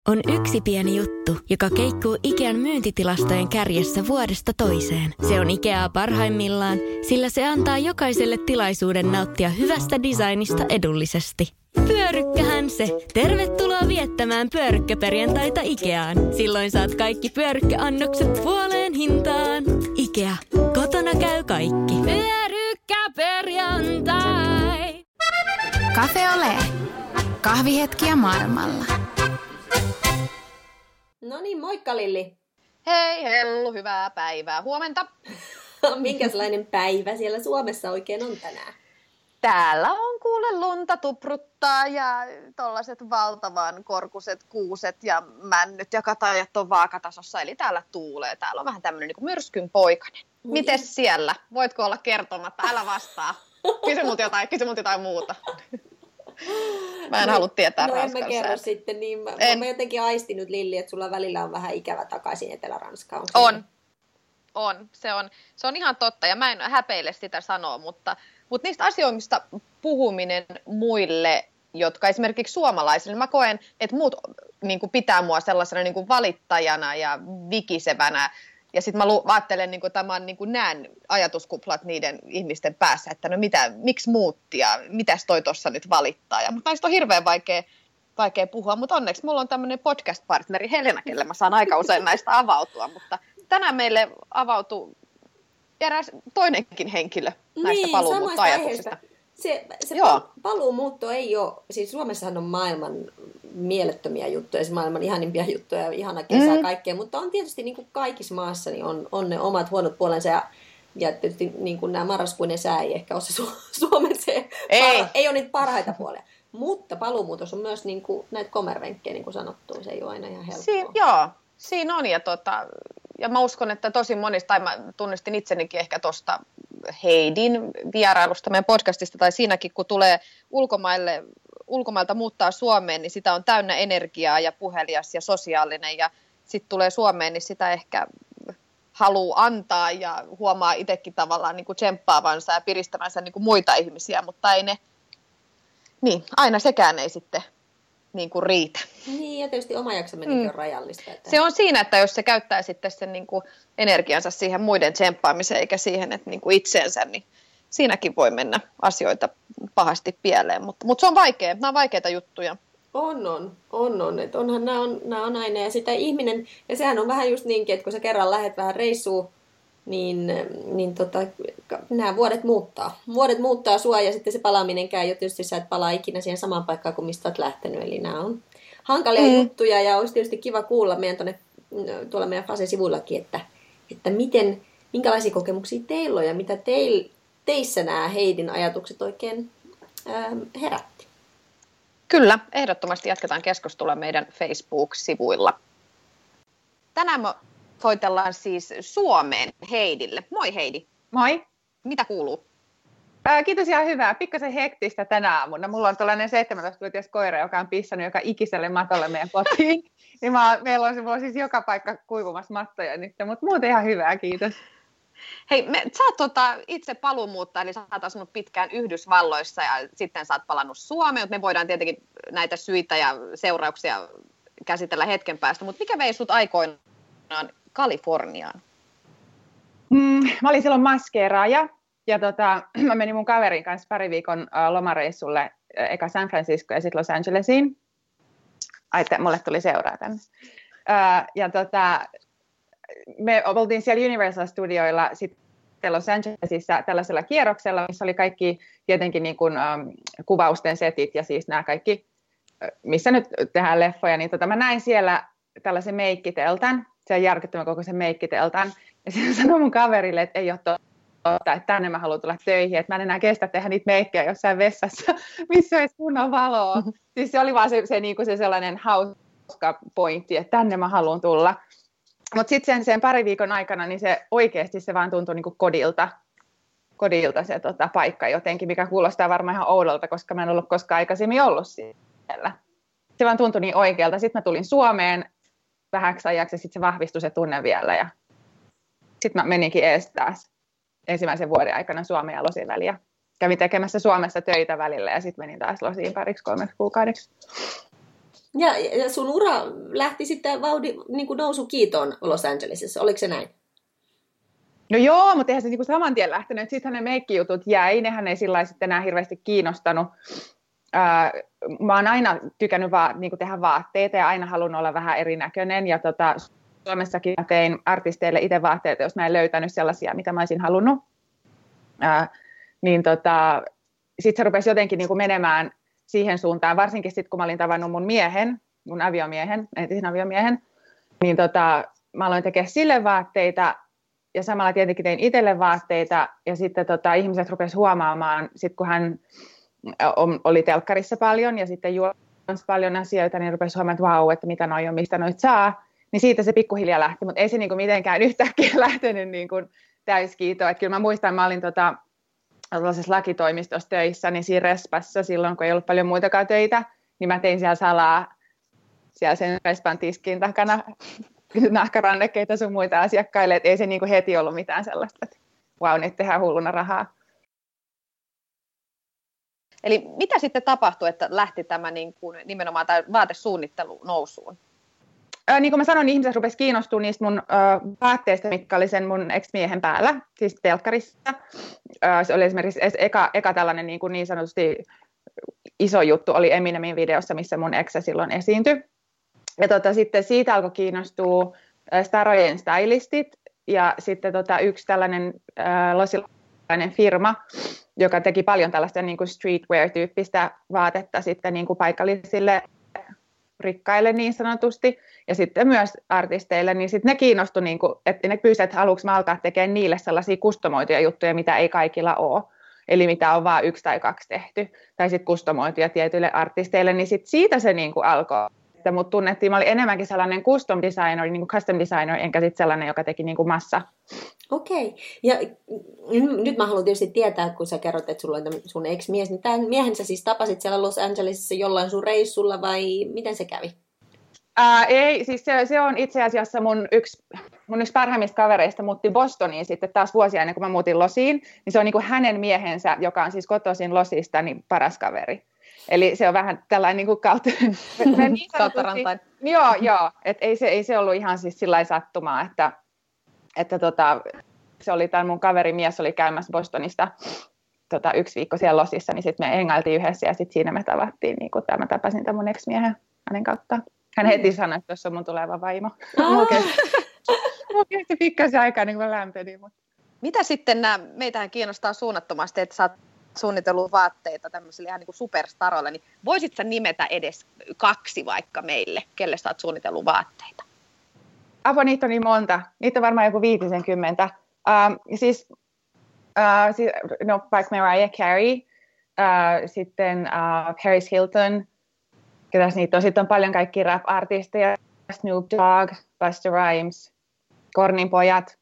On yksi pieni juttu, joka keikkuu Ikean myyntitilastojen kärjessä vuodesta toiseen. Se on Ikeaa parhaimmillaan, sillä se antaa jokaiselle tilaisuuden nauttia hyvästä designista edullisesti. Pyörykkähän se! Tervetuloa viettämään pyörykkäperjantaita Ikeaan. Silloin saat kaikki pyörykkäannokset puoleen hintaan. Ikea. Kotona käy kaikki. Pyörykkäperjantai! Cafe Olé. Kahvihetkiä maailmalla. No niin, moikka Lilli. Hei Hellu, hyvää päivää. Huomenta. Minkälainen päivä siellä Suomessa oikein on tänään? Täällä on kuule lunta tupruttaa ja tollaset valtavan korkuset kuuset ja männyt ja katajat on vaakatasossa. Eli täällä tuulee. Täällä on vähän tämmöinen niin myrskyn poikainen. Mites siellä? Voitko olla kertomatta? Älä vastaa. Kysy mut jotain muuta. Mä en halua tietää Ranskassa. No en mä kerro sitten, niin mä jotenkin aistinut Lilli, että sulla välillä on vähän ikävä takaisin Etelä-Ranskaan. On. Se on ihan totta ja mä en häpeile sitä sanoa, mutta niistä asioista puhuminen muille, jotka esimerkiksi suomalaisille, mä koen, että muut niin kuin pitää mua sellaisena niin kuin valittajana ja vikisevänä. Ja sitten mä ajattelen, niin että mä näen ajatuskuplat niiden ihmisten päässä, että no miksi muutti ja mitäs toi tuossa nyt valittaa. Mutta näistä on hirveän vaikea puhua, mutta onneksi mulla on tämmöinen podcast-partneri Helena, kelle mä saan aika usein näistä avautua. Mutta tänään meille avautui eräs toinenkin henkilö näistä paluumuuttoajatuksista. Se paluumuutto ei ole, siis Suomessahan on maailman mielettömiä juttuja, se maailman ihanimpia juttuja ja ihana kesää kaikkea, mutta on tietysti niin kuin kaikissa maassa niin on ne omat huonot puolensa ja tietysti niin kuin nämä marraskuinen sää ei ehkä ole se Suomen ei ole niitä parhaita puolia. Mutta paluumuutos on myös niin kuin näitä kommervenkkejä, niin kuin sanottu, se ei ole aina ihan helppoa. Siinä on ja mä uskon, että tosi monista, tai mä tunnistin itsenikin ehkä tuosta Heidin vierailusta meidän podcastista, tai siinäkin, kun tulee ulkomailta muuttaa Suomeen, niin sitä on täynnä energiaa ja puhelias ja sosiaalinen, ja sitten tulee Suomeen, niin sitä ehkä haluaa antaa ja huomaa itsekin tavallaan niin kuin tsemppaavansa ja piristävänsä niin kuin muita ihmisiä, mutta ei ne, niin aina sekään ei sitten niin kuin riitä. Niin, ja tietysti oma jaksaminenkin on rajallista. Että... Se on siinä, että jos se käyttää sitten sen niin kuin energiansa siihen muiden tsemppaamiseen eikä siihen, että niin kuin itseensä, niin siinäkin voi mennä asioita pahasti pieleen. Mutta se on vaikea, nämä on vaikeita juttuja. On. Että onhan nämä on aina, ja sitä ihminen, ja sehän on vähän just niinkin, että kun sä kerran lähdet vähän reissuun, niin nämä vuodet muuttaa sua, ja sitten se palaaminen käy jo, tietysti sä et palaa ikinä siihen samaan paikkaan kuin mistä olet lähtenyt, eli nämä on hankalia juttuja, ja olisi tietysti kiva kuulla tuolla meidän Fase-sivuillakin, että minkälaisia kokemuksia teillä on, ja mitä teissä nämä Heidin ajatukset oikein herätti. Kyllä, ehdottomasti jatketaan keskustelua meidän Facebook-sivuilla. Tänään me soitellaan siis Suomeen Heidille. Moi Heidi. Moi. Mitä kuuluu? Kiitos, ihan hyvää. Pikkasen hektistä tänä aamuna. Mulla on tällainen 17-vuotias koira, joka on pissannut joka ikiselle matolle meidän kotiin. Niin meillä on siis joka paikka kuivumassa mattoja nyt, mutta muuten ihan hyvää, kiitos. Hei, sä oot itse paluumuuttaja, eli sä oot asunut pitkään Yhdysvalloissa ja sitten sä oot palannut Suomeen, mutta me voidaan tietenkin näitä syitä ja seurauksia käsitellä hetken päästä, mutta mikä vei sut aikoinaan Kaliforniaan? Mä olin silloin maskeeraaja ja mä menin mun kaverin kanssa pari viikon lomareissulle eka San Francisco ja sitten Los Angelesiin. Mulle tuli seuraa tänne. Me oltiin siellä Universal-studioilla sitten Los Angelesissa tällaisella kierroksella, missä oli kaikki tietenkin niin kuin, kuvausten setit ja siis nämä kaikki, missä nyt tehdään leffoja, niin mä näin siellä tällaisen meikkiteltan, se on järkyttävän kokoisen meikkiteltan, ja sitten sanoin mun kaverille, että ei ole totta, että tänne mä haluan tulla töihin, että mä en enää kestä tehdä niitä meikkejä jossain vessassa, missä olisi kunnon valoa. Siis se oli vaan se sellainen hauska pointti, että tänne mä haluan tulla. Mutta sitten sen pari viikon aikana, niin se oikeasti se vaan tuntui niin kuin kodilta se paikka jotenkin, mikä kuulostaa varmaan ihan oudolta, koska mä en ollut koskaan aikaisemmin ollut siellä. Se vaan tuntui niin oikealta. Sitten mä tulin Suomeen vähäksi ajaksi ja sitten se vahvistui se tunne vielä. Ja sitten mä meninkin ees taas ensimmäisen vuoden aikana Suomeen ja Losiin väliin. Kävin tekemässä Suomessa töitä välillä ja sitten menin taas Losiin 2-3 kuukaudeksi. Ja sun ura lähti sitten niin kuin nousu kiitoon Los Angelesissa, oliko se näin? No joo, mutta eihän se niinku saman tien lähtenyt. Sitten ne meikkijutut jäi, nehän ei sillä lailla sitten enää hirveästi kiinnostanut. Mä oon aina tykännyt niinku tehdä vaatteita ja aina halunnut olla vähän erinäköinen. Ja Suomessakin mä tein artisteille itse vaatteita, jos mä en löytänyt sellaisia, mitä mä olisin halunnut. Sitten se rupesi jotenkin niinku menemään siihen suuntaan, varsinkin sitten kun mä olin tavannut mun aviomiehen, entisen aviomiehen, niin mä aloin tekemään sille vaatteita ja samalla tietenkin tein itselle vaatteita ja sitten ihmiset rupesivat huomaamaan, sit kun hän oli telkkarissa paljon ja sitten juonsi paljon asioita, niin rupesi huomaamaan, että vau, että mitä noi on, mistä noit saa, niin siitä se pikkuhiljaa lähti, mutta ei se niinku mitenkään yhtäkkiä lähtenyt niinku täyskiitoon, että kyllä mä muistan, mä olin tällaisessa lakitoimistossa töissä, niin siinä respassa silloin, kun ei ollut paljon muitakaan töitä, niin mä tein siellä salaa siellä sen respan tiskin takana nahkarannekkeita sun muita asiakkaille, että ei se niinku heti ollut mitään sellaista, että vau, nyt tehdään hulluna rahaa. Eli mitä sitten tapahtui, että lähti tämä niin kuin, nimenomaan tämä vaatesuunnittelu nousuun? Niin kuin mä sanoin, ihmiset rupesivat kiinnostumaan niistä mun vaatteista, mitkä oli sen mun ex-miehen päällä, siis telkkarissa. Se oli esimerkiksi eka tällainen niin sanotusti iso juttu, oli Eminemin videossa, missä mun ex silloin esiintyi. Ja sitten siitä alkoi kiinnostua starojen stylistit ja sitten yksi tällainen losilainen firma, joka teki paljon tällaista niin kuin streetwear-tyyppistä vaatetta sitten niin kuin paikallisille rikkaille niin sanotusti, ja sitten myös artisteille, niin sitten ne kiinnostui, niin kuin, että ne pyysivät, että haluanko mä alkaa tekemään niille sellaisia kustomoituja juttuja, mitä ei kaikilla ole, eli mitä on vain 1 tai 2 tehty, tai sitten kustomoituja tietyille artisteille, niin sitten siitä se niin kuin alkoi. Että mut tunnettiin, mä olin enemmänkin sellainen custom designer, niin kuin custom designer, enkä sitten sellainen, joka teki niin kuin massa. Okei. Ja nyt mä haluan tietysti tietää, kun sä kerrot, että sulla on sun ex-mies, niin tämän miehen sä siis tapasit siellä Los Angelesissa jollain sun reissulla vai miten se kävi? Ei, siis se on itse asiassa mun yksi parhaimmista kavereista muutti Bostoniin sitten taas vuosia ennen kuin mä muutin Losiin, niin se on niin kuin hänen miehensä, joka on siis kotoisin Losista, niin paras kaveri. Eli se on vähän tällainen niin kuin kautta rantain. Joo, että ei se ollut ihan siis sillä sattumaa, että se oli tämän mun kaverin mies oli käymässä Bostonista 1 viikko siellä Losissa, niin sitten me hengailtiin yhdessä ja sitten siinä me tavattiin, niin kuin mä tapasin tämän mun ex-miehen hänen kauttaan. Hän heti sanoi, että tuossa on mun tuleva vaimo. Mulla kesti pikkasen aikaa, niin kuin mä lämpenin. Mitä sitten meitähän kiinnostaa suunnattomasti, että sä oot suunnitellut vaatteita tämmöisille ihan niin kuin superstaroille, niin voisit sä nimetä edes 2 vaikka meille, kelle sä oot suunnitellut vaatteita? Niitä on niin monta. Niitä on varmaan joku 50. Vaikka Mariah Carey, sitten Paris Hilton, ketäs niitä on. Sitten on paljon kaikkia rap-artisteja, Snoop Dogg, Busta Rhymes, Kornin pojat,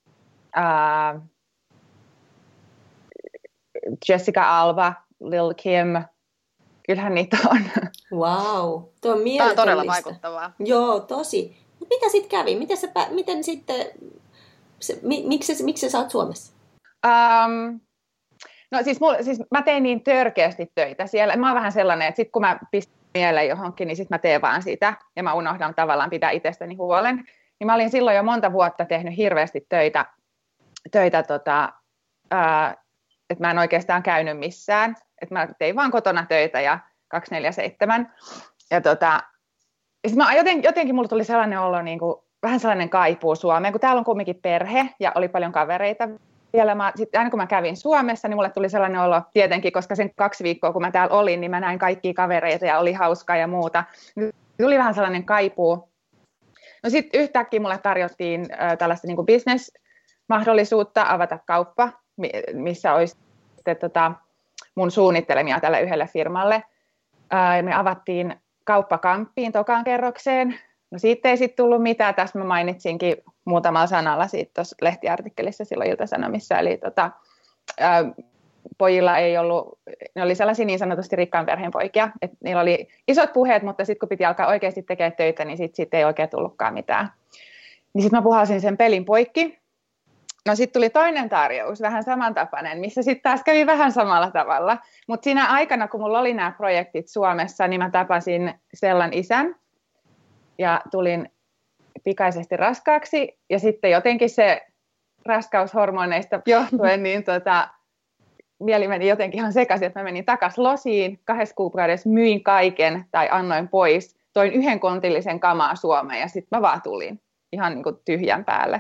Jessica Alba, Lil Kim, kyllähän niitä on. Wow, tuo on mieletön. Tämä on todella vaikuttavaa. Joo, tosi. Mitä sitten kävi? Miten sitten, miksi sä oot Suomessa? No siis mä tein niin törkeästi töitä siellä. Mä oon vähän sellainen, että sit kun mä pistän mieleen johonkin, niin sit mä teen vaan sitä. Ja mä unohdan tavallaan pitää itsestäni huolen. Niin mä olin silloin jo monta vuotta tehnyt hirveästi töitä että mä en oikeastaan käynyt missään. Että mä tein vaan kotona töitä ja 24/7. Ja sit jotenkin mulla tuli sellainen olo, niin kuin, vähän sellainen kaipuu Suomeen, kun täällä on kumminkin perhe ja oli paljon kavereita. Sitten aina kun mä kävin Suomessa, niin mulle tuli sellainen olo tietenkin, koska sen 2 viikkoa kun mä täällä olin, niin mä näin kaikkia kavereita ja oli hauskaa ja muuta. Tuli vähän sellainen kaipuu. No sitten yhtäkkiä mulle tarjottiin tällaista niin kuin business-mahdollisuutta avata kauppa, missä olisi mun suunnittelemia tälle yhdelle firmalle. Me avattiin kauppa Kamppiin tokaan kerrokseen. No siitä ei sitten tullut mitään. Tässä mä mainitsinkin muutamalla sanalla siitä tuossa lehtiartikkelissa silloin Ilta-Sanomissa. Eli pojilla ei ollut, ne oli sellaisia niin sanotusti rikkaan perheen poikia. Että niillä oli isot puheet, mutta sitten kun piti alkaa oikeasti tekemään töitä, niin siitä ei oikein tullutkaan mitään. Niin sitten mä puhalsin sen pelin poikki. No sitten tuli toinen tarjous, vähän samantapainen, missä sitten taas kävi vähän samalla tavalla. Mutta siinä aikana, kun mulla oli nämä projektit Suomessa, niin mä tapasin Stellan isän ja tulin pikaisesti raskaaksi. Ja sitten jotenkin se raskaushormoneista johtuen, niin mieli meni jotenkin ihan sekaisin, että mä menin takaisin losiin. 2 kuukaudessa myin kaiken tai annoin pois. Toin 1 kontillisen kamaa Suomeen ja sitten mä vaan tulin ihan niin kuin tyhjän päälle.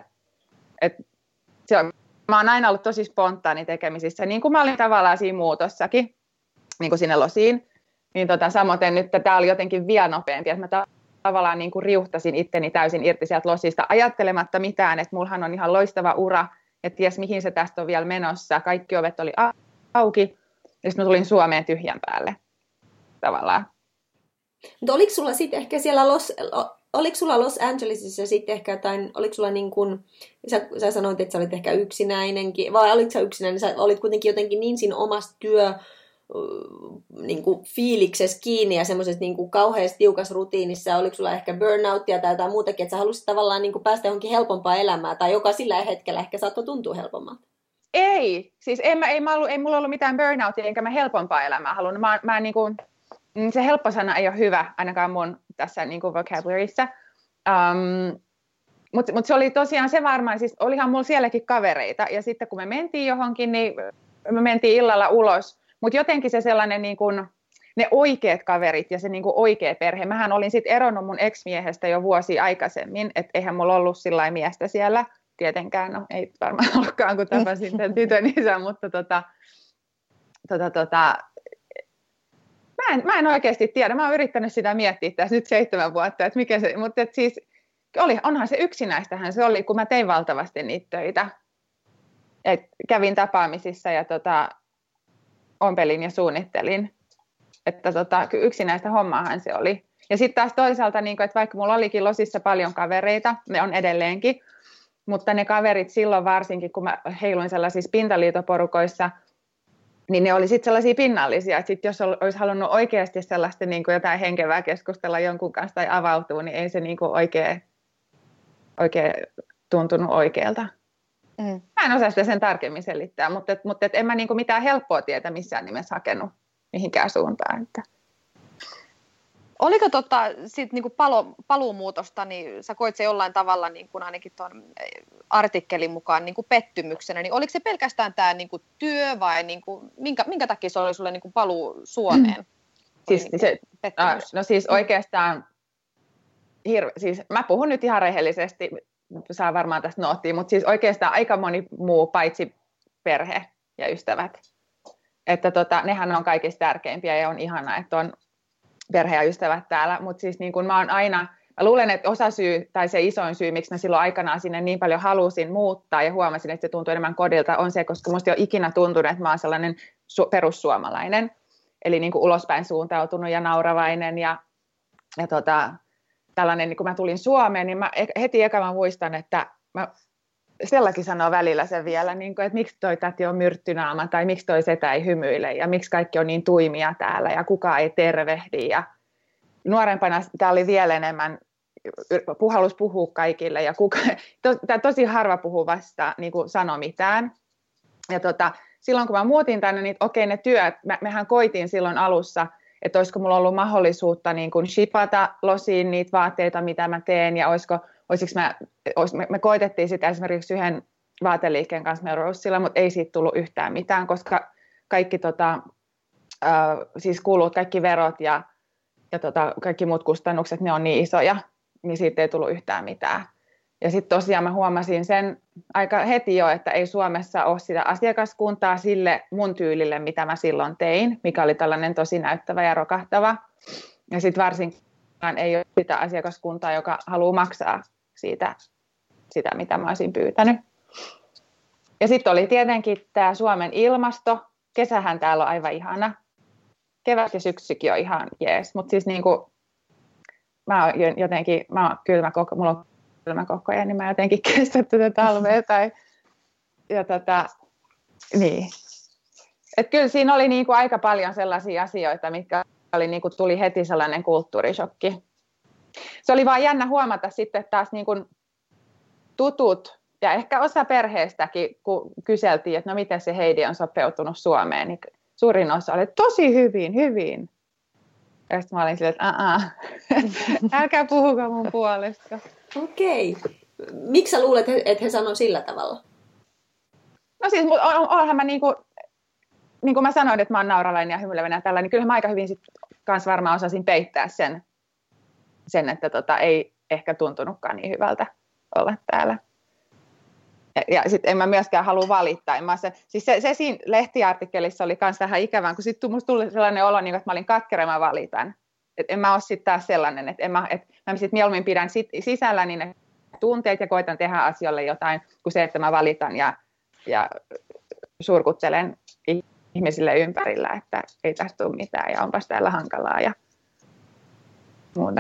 Mä oon aina ollut tosi spontaani tekemisissä, niin kuin mä olin tavallaan siinä muutossakin, niin kuin sinne losiin. Niin samoin nyt tämä oli jotenkin vielä nopeampi, että mä tavallaan niin kuin riuhtasin itteni täysin irti sieltä losista, ajattelematta mitään, että mullahan on ihan loistava ura, että ties mihin se tästä on vielä menossa. Kaikki ovet oli auki, ja sitten mä tulin Suomeen tyhjän päälle tavallaan. Mutta oliko sulla sitten ehkä siellä oliko sulla Los Angelesissa sitten ehkä jotain, oliko sulla niin kuin, sä sanoit, että sä olit ehkä yksinäinenkin, vai oliko sä yksinäinen, sä olit kuitenkin jotenkin niin siinä omassa niin kuin fiiliksessä kiinni ja semmoisessa niin kuin kauheassa tiukassa rutiinissa, oliko sulla ehkä burnouttia tai jotain muutakin, että sä halusit tavallaan niin kuin päästä johonkin helpompaa elämää, tai joka sillä hetkellä ehkä saattoi tuntua helpommalta? Ei, siis ei mulla ollut mitään burnouttia, enkä mä helpompaa elämää halunnut. Mä niin kuin, se helppo sana ei ole hyvä, ainakaan mun tässä niin kuin vocabularyissa. Mutta se oli tosiaan se varmaan, siis olihan mulla sielläkin kavereita, ja sitten kun me mentiin johonkin, niin me mentiin illalla ulos, mutta jotenkin se sellainen niin kuin, ne oikeat kaverit ja se niin kuin oikea perhe. Mähän olin sitten eronnut mun ex-miehestä jo vuosi aikaisemmin, että eihän mulla ollut sillä miestä siellä, tietenkään, no ei varmaan ollutkaan, kun tapasin tämän tytön isän, mutta Mä en oikeasti tiedä. Mä oon yrittänyt sitä miettiä tässä nyt 7 vuotta, että mikä se, mutta siis onhan se yksinäistähän se oli, kun mä tein valtavasti niitä töitä. Et kävin tapaamisissa ja ompelin ja suunnittelin. Että yksinäistä hommaahan se oli. Ja sitten taas toisaalta, niin että vaikka mulla olikin losissa paljon kavereita, ne on edelleenkin, mutta ne kaverit silloin varsinkin, kun mä heiluin sellaisissa pintaliitoporukoissa, niin ne oli sitten sellaisia pinnallisia, että sit jos olisi halunnut oikeasti sellaista niin kuin jotain henkevää keskustella jonkun kanssa tai avautua, niin ei se niin kuin oikein tuntunut oikealta. Mä en osaa sitä sen tarkemmin selittää, mutta en mä niin kuin mitään helppoa tietä missään nimessä hakenut mihinkään suuntaan. Että. Oliko sit niinku paluumuutosta, niin sä koit se jollain tavalla niin kuin ainakin tuon artikkelin mukaan niin kuin pettymyksenä, niin oliko se pelkästään tämä niin kuin työ vai niin kuin, minkä takia se oli sulle niin kuin paluu Suomeen? Siis oikeastaan, siis mä puhun nyt ihan rehellisesti, saa varmaan tästä noottia, mutta siis oikeastaan aika moni muu paitsi perhe ja ystävät. Että nehän on kaikista tärkeimpiä ja on ihanaa, että on perhe ja ystävät täällä, mutta siis niin kuin mä luulen, että osasyy tai se isoin syy, miksi mä silloin aikanaan sinne niin paljon halusin muuttaa ja huomasin, että se tuntuu enemmän kodilta, on se, koska musta ei ole ikinä tuntunut, että mä oon sellainen perussuomalainen, eli niin kuin ulospäin suuntautunut ja nauravainen ja tällainen, niin kun mä tulin Suomeen, niin mä heti mä muistan, että Stellakin sanoo välillä sen vielä, niin kuin, että miksi toi täti on myrttynaama tai miksi toi setä ei hymyile ja miksi kaikki on niin tuimia täällä ja kukaan ei tervehdi. Ja nuorempana tämä oli vielä enemmän, halus puhua kaikille ja tosi harva puhuu vasta, niin kuin sano mitään. Ja silloin kun mä muutin tänne, niin okei ne työt, mehän koitiin silloin alussa, että olisiko mulla ollut mahdollisuutta niin kuin shipata losiin niitä vaatteita, mitä mä teen ja me koitettiin sitä esimerkiksi yhden vaateliikkeen kanssa Melrosella, mutta ei siitä tullut yhtään mitään, koska kaikki, siis kulut, kaikki verot ja kaikki muut kustannukset, ne on niin isoja, niin siitä ei tullut yhtään mitään. Ja sitten tosiaan mä huomasin sen aika heti jo, että ei Suomessa ole sitä asiakaskuntaa sille mun tyylille, mitä mä silloin tein, mikä oli tällainen tosi näyttävä ja rokahtava. Ja sitten varsinkin ei ole sitä asiakaskuntaa, joka haluaa maksaa sitä, mitä mä olisin pyytänyt. Ja sitten oli tietenkin tämä Suomen ilmasto. Kesähän täällä on aivan ihana. Kevät ja syksykin on ihan jees. Mutta siis niinku, mulla on kylmä koko ajan, niin mä jotenkin kestän tätä talvea. Niin. Et kyllä siinä oli niinku aika paljon sellaisia asioita, mitkä niinku, tuli heti sellainen kulttuurishokki. Se oli vaan jännä huomata sitten, että taas niin kuin tutut Ja ehkä osa perheestäkin, kun kyseltiin, että no miten se Heidi on sopeutunut Suomeen, niin suurin osa oli tosi hyvin. Ja sitten mä olin silleen, että älkää puhuko mun puolesta. Okei. Miksi sä luulet, että he sanoo sillä tavalla? No siis, onhan mä niin kuin mä sanoin, että mä oon nauralainen ja hymyilevänä ja tällä, niin kyllähän mä aika hyvin sit kans varmaan osasin peittää sen että ei ehkä tuntunutkaan niin hyvältä olla täällä. Ja sitten en mä myöskään halua valittaa. Se siinä lehtiartikkelissa oli myös vähän ikävää, kun sitten musta tuli sellainen olo, että mä olin katkera ja mä valitan. Et en mä ole sitten taas sellainen, että mä sitten mieluummin pidän sisälläni ne tunteet ja koitan tehdä asioille jotain, kuin se, että mä valitan ja surkuttelen ihmisille ympärillä, että ei tästä tule mitään ja onpas täällä hankalaa ja muuta.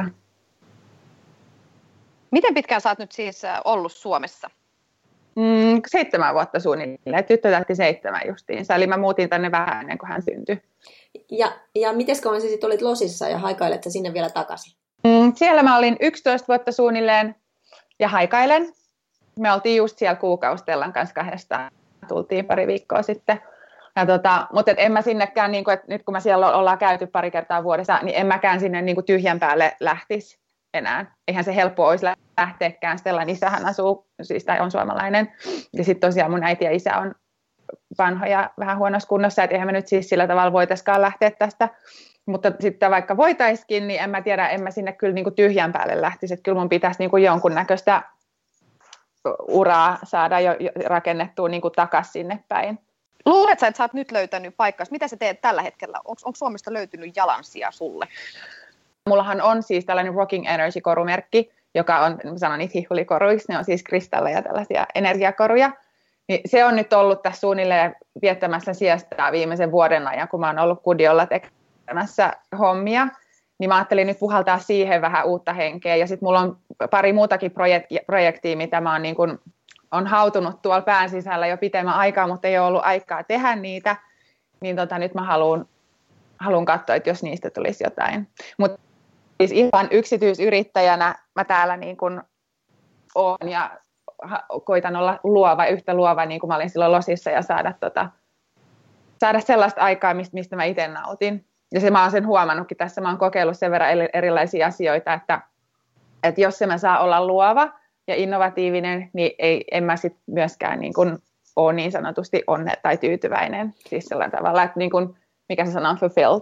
Miten pitkään sä oot nyt siis ollut Suomessa? 7 vuotta suunnilleen. Tyttö tähti 7 justiinsa. Eli mä muutin tänne vähän ennen kuin hän syntyi. Ja miten kauan sä sitten olit Losissa ja haikailet sä sinne vielä takaisin? Siellä mä olin 11 vuotta suunnilleen ja haikailen. Me oltiin just siellä kuukaustellan kanssa 2. Tultiin pari viikkoa sitten. Mutta en mä sinnekään, niin kun, että nyt kun mä siellä ollaan käyty pari kertaa vuodessa, niin en mäkään sinne niin tyhjän päälle lähtisi enää. Eihän se helppoa olisi lähteäkään. Stellan isähän asuu, siis tai on suomalainen. Ja sitten tosiaan mun äiti ja isä on vanhoja, vähän huonossa kunnossa, että eihän me nyt siis sillä tavalla voitaisikaan lähteä tästä. Mutta sitten vaikka voitaisikin, niin en mä tiedä, en mä sinne kyllä niin kuin tyhjän päälle lähtisi. Että kyllä mun pitäisi niin kuin jonkunnäköistä uraa saada jo rakennettua niin kuin takaisin sinne päin. Luuletko sä, että sä oot nyt löytänyt paikkaa? Mitä sä teet tällä hetkellä? Onko Suomesta löytynyt jalansija sulle? Mullahan on siis tällainen Rocking Energy-korumerkki, joka on, sanon niitä hihulikoruiksi, ne on siis kristalleja, tällaisia energiakoruja. Niin se on nyt ollut tässä suunnilleen viettämässä siestaa viimeisen vuoden ajan, kun mä oon ollut Kudiolla tekemässä hommia. Niin mä ajattelin nyt puhaltaa siihen vähän uutta henkeä. Ja sitten mulla on pari muutakin projektia, mitä mä oon niin kun, on hautunut tuolla pään sisällä jo pitemmän aikaa, mutta ei ole ollut aikaa tehdä niitä. Niin nyt mä haluan katsoa, että jos niistä tulisi jotain. Mutta siis ihan yksityisyrittäjänä mä täällä niin kun oon ja koitan olla yhtä luova, niin kuin mä olin silloin Losissa ja saada sellaista aikaa, mistä mä itse nautin. Ja se mä oon sen huomannutkin tässä, mä oon kokeillut sen verran erilaisia asioita, että jos se mä saa olla luova ja innovatiivinen, niin en mä sit myöskään niin kuin ole niin sanotusti tai tyytyväinen. Siis sellainen tavalla, että niin kuin, mikä se sana on, fulfilled.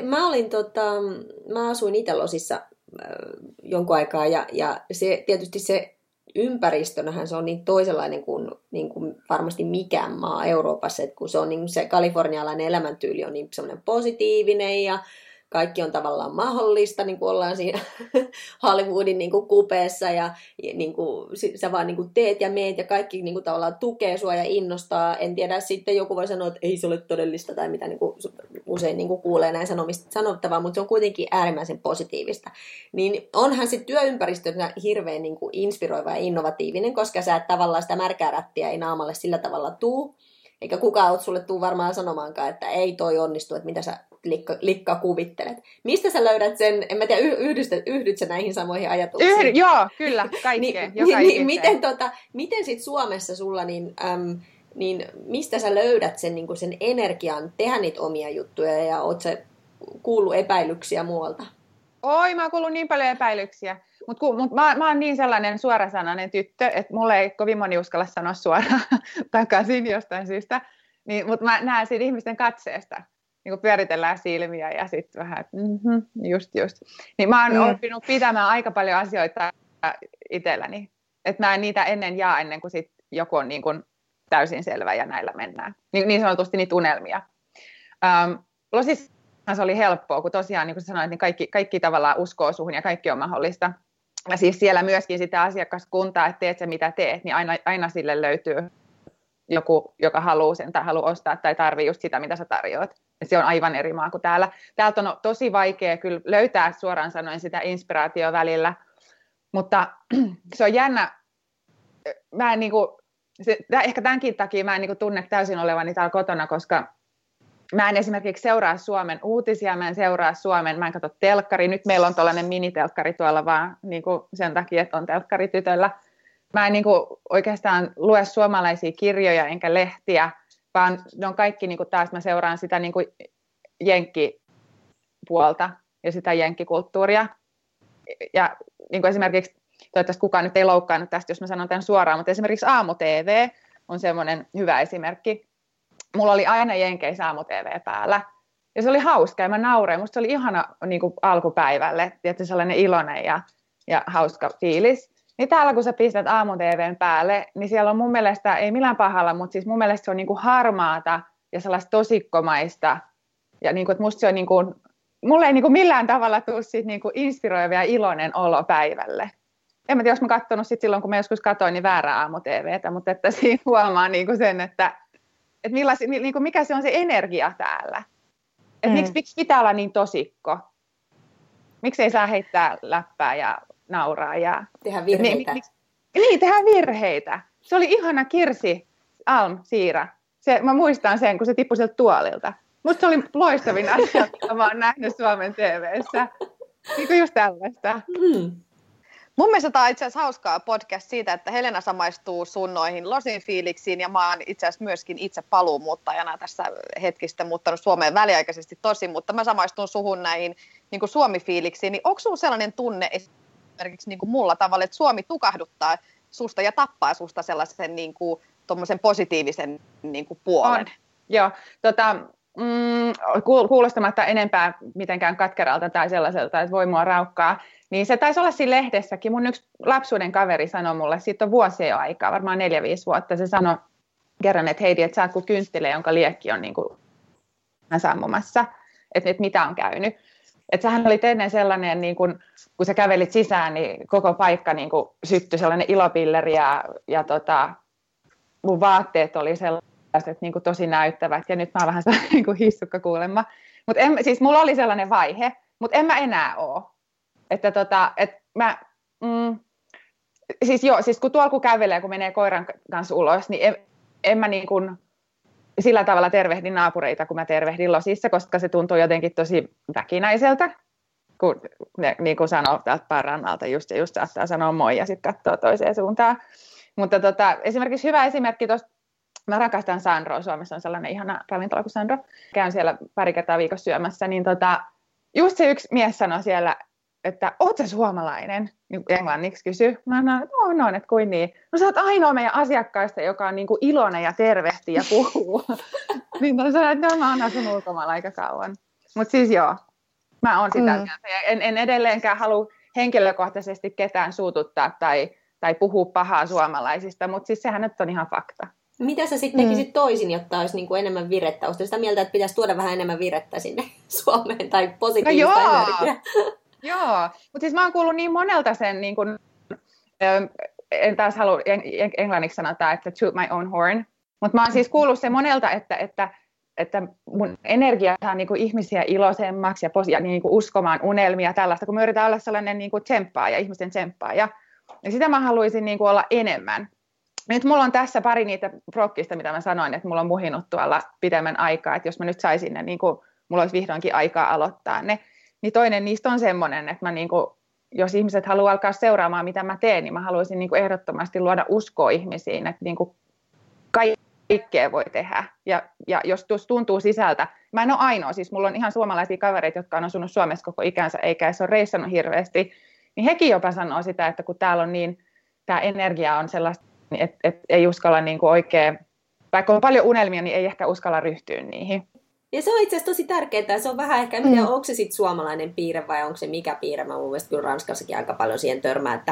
Mä asuin Itä-Losissa jonkun aikaa ja se, tietysti se ympäristönähän se on niin toisenlainen kuin varmasti mikään maa Euroopassa, että kun se on niin se kalifornialainen elämäntyyli on niin semmoinen positiivinen ja kaikki on tavallaan mahdollista, niin kuin ollaan siinä Hollywoodin niin kuin kupeessa ja niin kuin, sä vaan niin kuin teet ja meet ja kaikki niin kuin tavallaan tukee sua ja innostaa. En tiedä, sitten joku voi sanoa, että ei se ole todellista tai mitä niin kuin usein niin kuin kuulee näin sanottavaa, mutta se on kuitenkin äärimmäisen positiivista. Niin onhan se työympäristönä hirveän niin kuin inspiroiva ja innovatiivinen, koska sä et tavallaan sitä märkää rättiä ei naamalle sillä tavalla tuu. Eikä kukaan ole sulle tuu varmaan sanomaankaan, että ei toi onnistu, että mitä sä likka kuvittelet. Mistä sä löydät sen, en mä tiedä, yhdyt sä näihin samoihin ajatuksiin? Joo, kyllä, kaikkeen. Miten sit Suomessa sulla, niin mistä sä löydät sen, niin sen energian tehdä niitä omia juttuja ja oot sä kuullut epäilyksiä muualta? Oi, mä oon kuullut niin paljon epäilyksiä. Mutta mä oon niin sellainen suorasanainen tyttö, että mulle ei kovin moni uskalla sanoa suoraan takaisin jostain syystä. Mutta mä näen siinä ihmisten katseesta. Niin kun pyöritellään silmiä ja sitten vähän, että just. Niin mä oon oppinut pitämään aika paljon asioita itselläni. Että mä en niitä ennen kuin sit joku on niin kun täysin selvä ja näillä mennään. Niin sanotusti niitä unelmia. Losissa se oli helppoa, kun tosiaan niin kuin sanoit, niin kaikki tavallaan uskoo suhun ja kaikki on mahdollista. Ja siis siellä myöskin sitä asiakaskuntaa, että teet se mitä teet, niin aina sille löytyy joku, joka haluaa sen tai haluaa ostaa tai tarvii just sitä, mitä sä tarjoat. Ja se on aivan eri maa kuin täällä. Täältä on tosi vaikea kyllä löytää suoraan sanoen sitä inspiraatiota välillä, mutta se on jännä. Mä en ehkä tämänkin takia mä en tunne täysin olevani täällä kotona, koska mä en esimerkiksi seuraa Suomen uutisia, mä en katso telkkari. Nyt meillä on tuollainen minitelkkari tuolla vaan niin kuin sen takia, että on telkkari tytöllä. mä en niin kuin oikeastaan lue suomalaisia kirjoja enkä lehtiä, vaan ne on kaikki niin kuin taas, mä seuraan sitä niin kuin jenkkipuolta ja sitä jenkkikulttuuria. Ja niin kuin esimerkiksi, toivottavasti kukaan nyt ei loukkaannut tästä, jos mä sanon tämän suoraan, mutta esimerkiksi aamu-TV on semmoinen hyvä esimerkki. Mulla oli aina Jenkeissä aamu-TV päällä. Ja se oli hauska ja mä nauroin. Musta se oli ihana niin kuin alkupäivälle, tietysti sellainen iloinen ja hauska fiilis. Niin täällä kun sä pistät aamu-TVn päälle, niin siellä on mun mielestä, ei millään pahalla, mutta siis mun mielestä se on niin kuin harmaata ja sellaista tosikkomaista. Ja niin kuin, että musta se on niin kuin, mulle ei niin kuin millään tavalla tule siitä niin kuin inspiroiva ja iloinen olo päivälle. En mä tiedä, jos mä katsonut sit silloin, kun mä joskus katsoin, niin väärää aamu-TVtä, mutta että siinä huomaa niin kuin sen, että niin kuin mikä se on se energia täällä. Että miksi pitää olla niin tosikko? Miksi ei saa heittää läppää ja nauraa? Ja tehdä virheitä. Tehdä virheitä. Se oli ihana Kirsi Alm Siira. Mä muistan sen, kun se tippui sieltä tuolilta. Musta se oli loistavin asia, mitä mä oon nähnyt Suomen TV:ssä. Niin kuin just tällaista. Mun mielestä tämä on itse asiassa hauskaa podcast siitä, että Helena samaistuu sun noihin losin fiiliksiin ja mä oon itse asiassa myöskin itse paluumuuttajana tässä hetkistä muuttanut Suomeen väliaikaisesti tosi, mutta mä samaistun suhun näihin niin kuin Suomi-fiiliksiin. Niin onko sulla sellainen tunne esimerkiksi niin kuin mulla tavalla, että Suomi tukahduttaa susta ja tappaa susta sellaisen niin kuin, tommosen positiivisen niin kuin puolen? Joo, kuulostamatta enempää mitenkään katkeralta tai sellaiselta, että voi mua raukkaa, niin se taisi olla siinä lehdessäkin. Mun yksi lapsuuden kaveri sanoi mulle, siitä on vuosia jo aikaa, varmaan 4-5 vuotta, se sanoi kerran, että Heidi, että sä oot kuin kynttilä, jonka liekki on niin kuin sammumassa, että mitä on käynyt. Että sähän oli ennen sellainen, niin kun sä kävelit sisään, niin koko paikka niin kuin syttyi sellainen ilopilleri ja mun vaatteet oli sellaiset niin kuin tosi näyttävät ja nyt mä oon vähän sellainen niin kuin hissukka kuulemma. Mutta siis mulla oli sellainen vaihe, mutta en mä enää ole. Että siis kun tuolla kun kävelee, kun menee koiran kanssa ulos, niin en mä niin kuin sillä tavalla tervehdin naapureita, kun mä tervehdin losissa, koska se tuntuu jotenkin tosi väkinäiseltä, kun ne niin kuin sanoo täältä parannalta just saattaa sanoa moi ja sitten katsoo toiseen suuntaan. Mutta esimerkiksi hyvä esimerkki tuosta, mä rakastan Sandroa, Suomessa on sellainen ihana ravintola kuin Sandro, käyn siellä pari kertaa viikossa syömässä, niin just se yksi mies sanoi siellä, että oot sä suomalainen? Niin englanniksi kysyi. Mä sanoin, että on, että kuin niin. No sä oot ainoa meidän asiakkaista, joka on niin kuin iloinen ja tervehtii ja puhuu. Niin mä sanoin, että mä oon asunut ulkomailla aika kauan. Mutta siis joo, mä oon sitä mieltä. En edelleenkään halua henkilökohtaisesti ketään suututtaa tai puhua pahaa suomalaisista, mutta siis sehän nyt on ihan fakta. Mitä sä sitten tekisit toisin, jotta olisi niin kuin enemmän virettä? Oletko sitä mieltä, että pitäisi tuoda vähän enemmän virettä sinne Suomeen tai positiivista energiaa? Joo, mutta siis mä oon kuullut niin monelta sen, niin kun, en taas halua englanniksi sanotaan, että toot my own horn, mutta mä oon siis kuullut sen monelta, että mun energia saa niin kuin ihmisiä iloisemmaksi ja niin kuin uskomaan unelmia tällaista, kun mä yritän olla sellainen niin kuin tsemppaaja, ihmisten tsemppaaja, ja sitä mä haluaisin niin kuin olla enemmän. Nyt mulla on tässä pari niitä prokkista, mitä mä sanoin, että mulla on muhinut tuolla pidemmän aikaa, että jos mä nyt saisin ne, niin kuin mulla olisi vihdoinkin aikaa aloittaa ne, niin toinen niistä on semmoinen, että mä niin kuin, jos ihmiset haluaa alkaa seuraamaan, mitä mä teen, niin mä haluaisin niin kuin ehdottomasti luoda uskoa ihmisiin, että niin kuin kaikkea voi tehdä. Ja jos tuntuu sisältä, mä en ole ainoa, siis mulla on ihan suomalaisia kavereita, jotka on asunut Suomessa koko ikänsä, eikä edes ole reissannut hirveästi, niin hekin jopa sanoo sitä, että kun täällä on niin, tämä energia on sellaista, että ei uskalla niin kuin oikein, vaikka on paljon unelmia, niin ei ehkä uskalla ryhtyä niihin. Ja se on itse asiassa tosi tärkeää. Se on vähän ehkä, en tiedä, onko se sitten suomalainen piirre vai onko se mikä piirre. Mä mun mielestä kyllä Ranskassakin aika paljon siihen törmää, että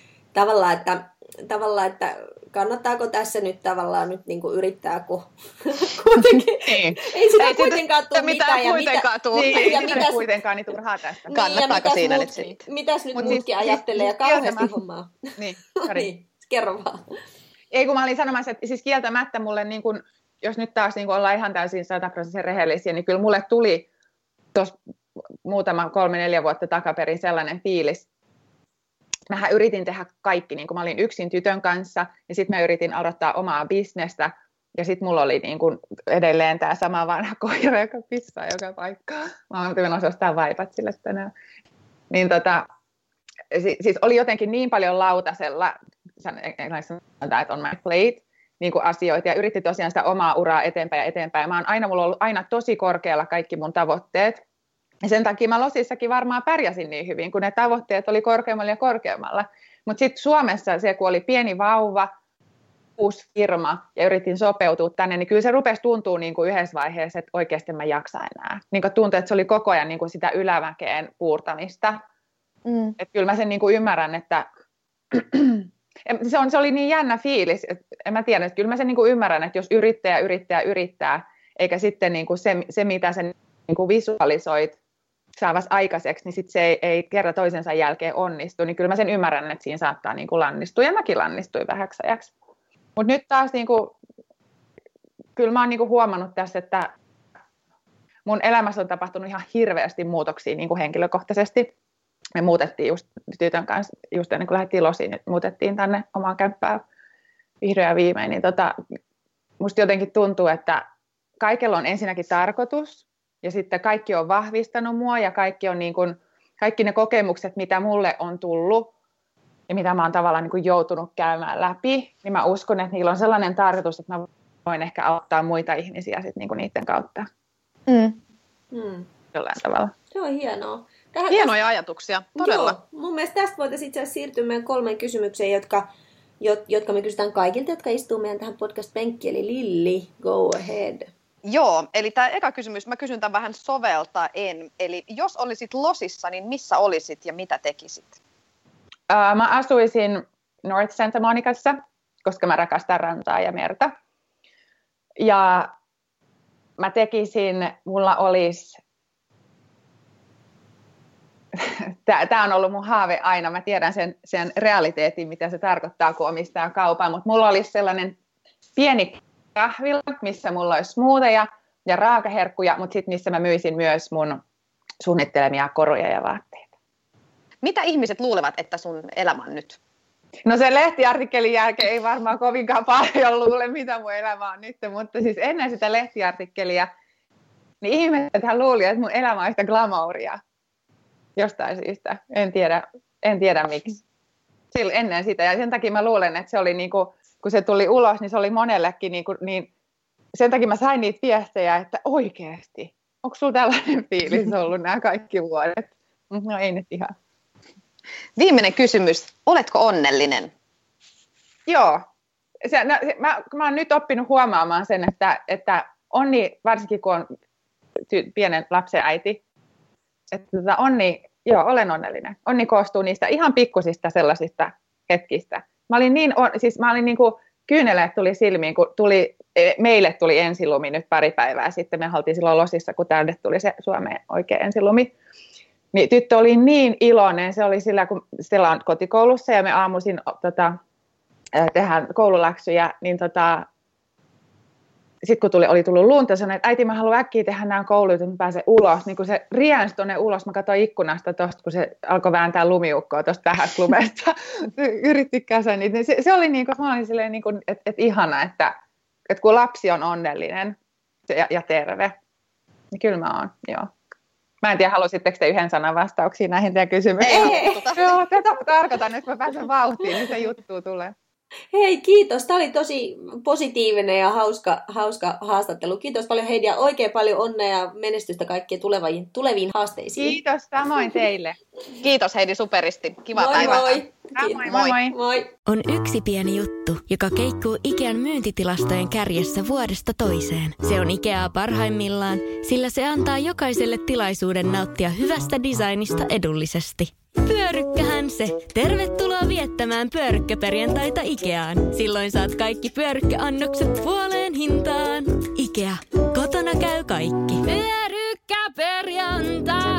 tavallaan, että kannattaako tässä nyt tavallaan nyt niin kuin yrittää, kun kuitenkin ei sitä kuitenkaan tule mitään. Ei sitä kuitenkaan niin turhaa tästä. Kannattaako siinä nyt sitten? Mitäs nyt muutkin ajattelee ja kauheasti hommaa. Niin, kerro vaan. Ei kun mä olin sanomassa, että siis kieltämättä mulle niin kuin, jos nyt taas niin ollaan ihan täysin 100% rehellisiä, niin kyllä mulle tuli tuossa muutama 3-4 vuotta takaperin sellainen fiilis. Mähän yritin tehdä kaikki, niin kuin mä olin yksin tytön kanssa, ja sitten mä yritin aloittaa omaa bisnestä, ja sitten mulla oli niin kuin edelleen tämä sama vanha koira, joka pissaa joka paikkaan. Mä menossa ostaa vaipat sille tänään. Niin siis oli jotenkin niin paljon lautasella sanotaan, että on my plate, niin kuin asioita, ja yritti tosiaan sitä omaa uraa eteenpäin ja eteenpäin. Mulla on ollut aina tosi korkealla kaikki mun tavoitteet. Ja sen takia mä Losissakin varmaan pärjäsin niin hyvin, kun ne tavoitteet oli korkeammalla ja korkeammalla. Mutta sitten Suomessa se, kun oli pieni vauva, uusi firma ja yritin sopeutua tänne, niin kyllä se rupesi tuntua niin kuin yhdessä vaiheessa, että oikeasti mä jaksa enää. Niin kuin tuntui, että se oli koko ajan niin kuin sitä ylämäkeen puurtamista. Että kyllä mä sen niin kuin ymmärrän, että se oli niin jännä fiilis, että en mä tiedä, että kyllä mä sen niin kuin ymmärrän, että jos yrittää, eikä sitten niin kuin se mitä sä niin kuin visualisoit saavas aikaiseksi, niin sitten se ei kerta toisensa jälkeen onnistu, niin kyllä mä sen ymmärrän, että siinä saattaa niin kuin lannistua, ja mäkin lannistuin vähäksi ajaksi. Mutta nyt taas niin kuin, kyllä mä oon niin kuin huomannut tässä, että mun elämässä on tapahtunut ihan hirveästi muutoksia niin kuin henkilökohtaisesti. Me muutettiin just tytön kanssa, just ennen kuin lähdettiin Losiin, niin muutettiin tänne omaan kämppään vihdoin ja viimein. Niin musta jotenkin tuntuu, että kaikella on ensinnäkin tarkoitus, ja sitten kaikki on vahvistanut mua, ja kaikki ne kokemukset, mitä mulle on tullut, ja mitä mä oon tavallaan niin kuin joutunut käymään läpi, niin mä uskon, että niillä on sellainen tarkoitus, että mä voin ehkä auttaa muita ihmisiä sit niin kuin niiden kautta. Jollain tavalla. Se on hienoa. Hienoja ajatuksia, todella. Joo, mun mielestä tästä voitaisiin itse asiassa siirtyä meidän 3 kysymykseen, jotka me kysytään kaikilta, jotka istuu meidän tähän podcast-penkkiin. Eli Lilli, go ahead. Joo, eli tämä eka kysymys, mä kysyn tämän vähän soveltaen. Eli jos olisit Losissa, niin missä olisit ja mitä tekisit? Mä asuisin North Santa Monicassa, koska mä rakastan rantaa ja merta. Ja mä tekisin, mulla olisi, tämä on ollut mun haave aina, mä tiedän sen realiteetin, mitä se tarkoittaa, kun omistaa kaupan, mutta mulla olisi sellainen pieni kahvila, missä mulla olisi smoothiea ja raakaherkkuja, mutta sitten missä mä myisin myös mun suunnittelemia koruja ja vaatteita. Mitä ihmiset luulevat, että sun elämä on nyt? No sen lehtiartikkelin jälkeen ei varmaan kovinkaan paljon luule, mitä mun elämä on nyt, mutta siis ennen sitä lehtiartikkelia, niin ihmisethän luuli, että mun elämä on yhtä glamouria. Jostain syystä. En tiedä miksi. Silloin ennen sitä. Ja sen takia mä luulen, että se oli niinku, kun se tuli ulos, niin se oli monellekin niin sen takia mä sain niitä viestejä, että oikeasti, onko sulla tällainen fiilis ollut nämä kaikki vuodet? No ei nyt ihan. Viimeinen kysymys. Oletko onnellinen? Joo. Mä oon nyt oppinut huomaamaan sen, että onni, varsinkin kun on pienen lapsen äiti, että olen onnellinen. Onni koostuu niistä ihan pikkusista sellaisista hetkistä. Mä olin niin kuin kyyneleet tuli silmiin, kun meille tuli ensilumi nyt pari päivää sitten. Me oltiin silloin Losissa, kun tänne tuli se Suomeen oikea ensilumi. Niin tyttö oli niin iloinen. Se oli sillä, kun Stella on kotikoulussa ja me aamuisin tehdään koululäksyjä, niin sitten kun oli tullut lunta, sanoin, että äiti, mä haluan äkkiä tehdä nämä koulut, että mä pääsen ulos. Niin kun se riensi tuonne ulos, mä katsoin ikkunasta tuosta, kun se alkoi vääntää lumiukkoa tuosta vähästä lumesta. Yritti käsä niitä. Se oli niin kuin, mä olin silleen, niin kuin, että ihana, että kun lapsi on onnellinen ja terve, niin kyllä mä oon, joo. Mä en tiedä, halusitteko te yhden sanan vastauksia näihin teidän kysymyksiin? Ei. Joo, tätä tarkoitan, nyt mä pääsen vauhtiin, niin se juttu tulee. Hei, kiitos. Tämä oli tosi positiivinen ja hauska haastattelu. Kiitos paljon Heidi ja oikein paljon onnea ja menestystä kaikkiin tuleviin haasteisiin. Kiitos, samoin teille. Kiitos Heidi superisti. Kiva moi, päivää. Moi. Moi. On yksi pieni juttu, joka keikkuu Ikean myyntitilastojen kärjessä vuodesta toiseen. Se on Ikeaa parhaimmillaan, sillä se antaa jokaiselle tilaisuuden nauttia hyvästä designista edullisesti. Pyörykkähän se. Tervetuloa viettämään pyörykkäperjantaita Ikeaan. Silloin saat kaikki pyörykkäannokset puoleen hintaan. Ikea. Kotona käy kaikki. Pyörykkäperjantai.